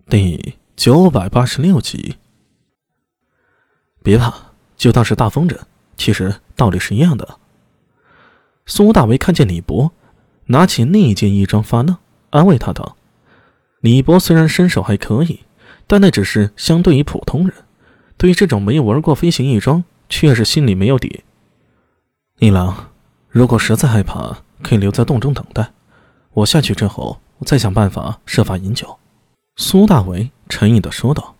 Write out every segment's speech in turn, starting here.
第986集。别怕，就当是大风筝，其实道理是一样的。苏大为看见李博拿起那件衣装发愣，安慰他道：李博虽然身手还可以，但那只是相对于普通人，对于这种没玩过飞行翼装，确实心里没有底。一郎，如果实在害怕，可以留在洞中等待，我下去之后，我再想办法设法营救。苏大为沉吟地说道：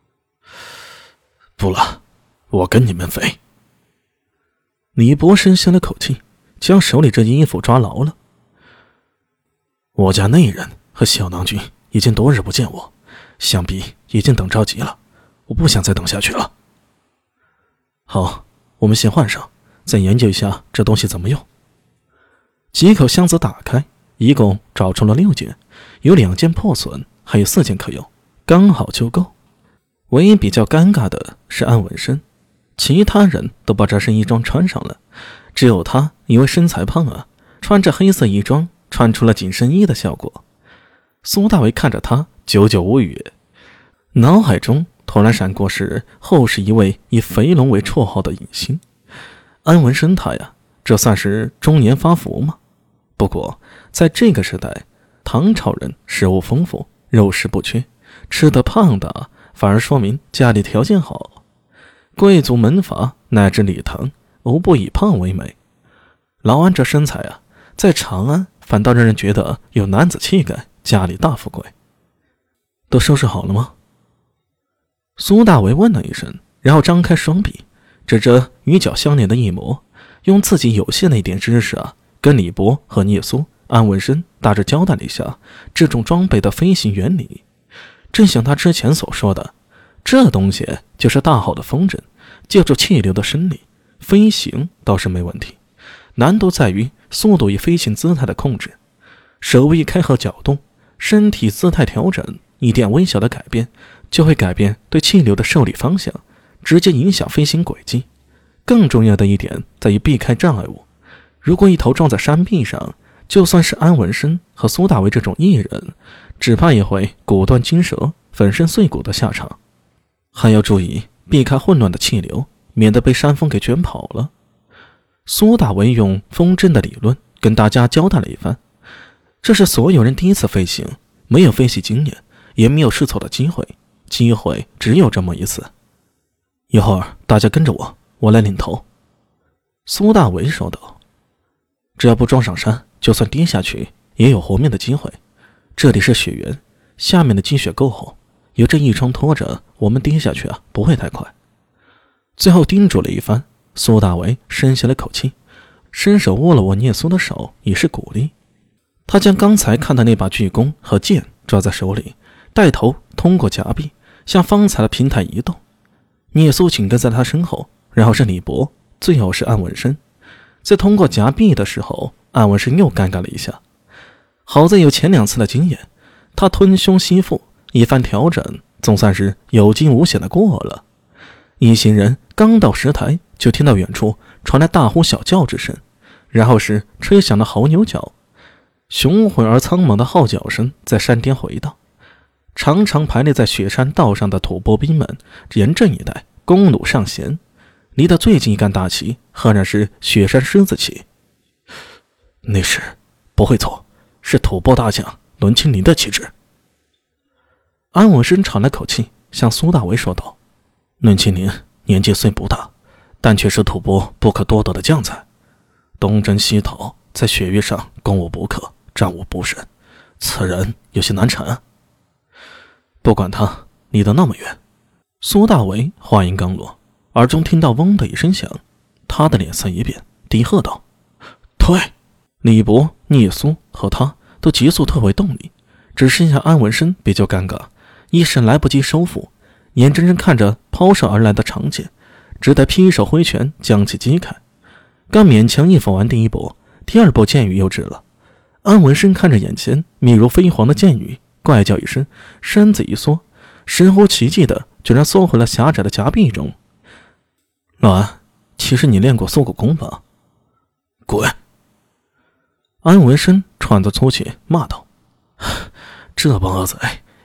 不了，我跟你们飞。李博深吸了口气，将手里这衣服抓牢了。我家内人和小郎君已经多日不见我，想必已经等着急了，我不想再等下去了。好，我们先换上，再研究一下这东西怎么用。几口箱子打开，一共找出了6件，有2件破损，还有4件可用，刚好就够。唯一比较尴尬的是安文生，其他人都把这身衣装穿上了，只有他因为身材胖啊，穿着黑色衣装穿出了紧身衣的效果。苏大为看着他久久无语，脑海中突然闪过是后世一位以肥龙为绰号的影星。安文生他呀，这算是中年发福吗？不过在这个时代，唐朝人食物丰富，肉食不缺，吃得胖的反而说明家里条件好。贵族门阀乃至礼堂无不以胖为美。老安这身材啊，在长安反倒让人觉得有男子气概，家里大富贵。都收拾好了吗？苏大为问了一声，然后张开双臂，指着与脚相连的一模，用自己有限的一点知识啊，跟李博和聂苏、安文生大致交代了一下这种装备的飞行原理。正像他之前所说的，这东西就是大号的风筝，借助气流的升力，飞行倒是没问题，难度在于速度与飞行姿态的控制。手一开合搅动，身体姿态调整，一点微小的改变就会改变对气流的受力方向，直接影响飞行轨迹。更重要的一点在于避开障碍物，如果一头撞在山壁上，就算是安文生和苏大为这种艺人，只怕也会骨断筋折、粉身碎骨的下场。还要注意避开混乱的气流，免得被山风给卷跑了。苏大为用风筝的理论跟大家交代了一番，这是所有人第一次飞行，没有飞行经验，也没有试错的机会，机会只有这么一次。一会儿大家跟着我，我来领头。苏大为说道：只要不撞上山，就算跌下去也有活命的机会。这里是雪原，下面的积雪够厚，有这一窗拖着，我们跌下去啊不会太快。最后叮嘱了一番，苏大为深吸了口气，伸手握了握聂苏的手，以示鼓励。他将刚才看的那把巨弓和剑抓在手里，带头通过夹壁向方才的平台移动。聂苏紧跟在他身后，然后是李博，最后是安文生。在通过夹壁的时候，安文生又尴尬了一下，好在有前2次的经验，他吞胸吸腹，一番调整，总算是有惊无险的过了。一行人刚到石台，就听到远处传来大呼小叫之声，然后是吹响了牦牛角，雄浑而苍茫的号角声在山巅回荡。常常排列在雪山道上的吐蕃兵们严阵以待，弓弩上弦。离得最近一杆大旗赫然是雪山狮子旗。那是，不会错，是吐蕃大将伦清林的旗帜。安文生喘了口气，向苏大为说道：伦清林年纪虽不大，但却是吐蕃不可多得的将才，东征西讨，在雪域上攻无不克，战无不胜，此人有些难缠啊。不管他，离得那么远。苏大为话音刚落，耳中听到嗡的一声响，他的脸色一变，低喝道：退！李博、聂苏和他都急速退回洞里，只剩下安文生比较尴尬，一时来不及收腹，眼睁睁看着抛射而来的长剑，只得劈手挥拳将其击开。刚勉强应付完第一波，第2波箭雨又至了。安文生看着眼前密如飞蝗的箭雨，怪叫一声，身子一缩，神乎其技的居然缩回了狭窄的夹壁中。老安，其实你练过缩骨功吧？滚！安文生喘着粗气骂道：这帮恶贼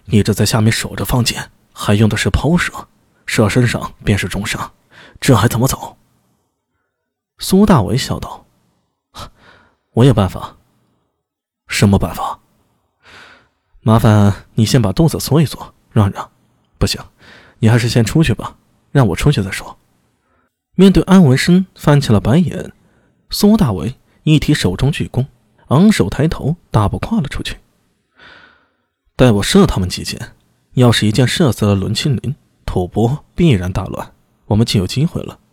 一直在下面守着放箭，还用的是抛射，射身上便是重伤，这还怎么走？苏大伟笑道：我有办法。什么办法？麻烦你先把肚子缩一缩，让让。不行，你还是先出去吧，让我出去再说。面对安文生翻起了白眼，苏大伟一提手中巨弓，昂首抬头，大步跨了出去。待我射他们几箭，要是一箭射死了伦清林，吐蕃必然大乱，我们就有机会了。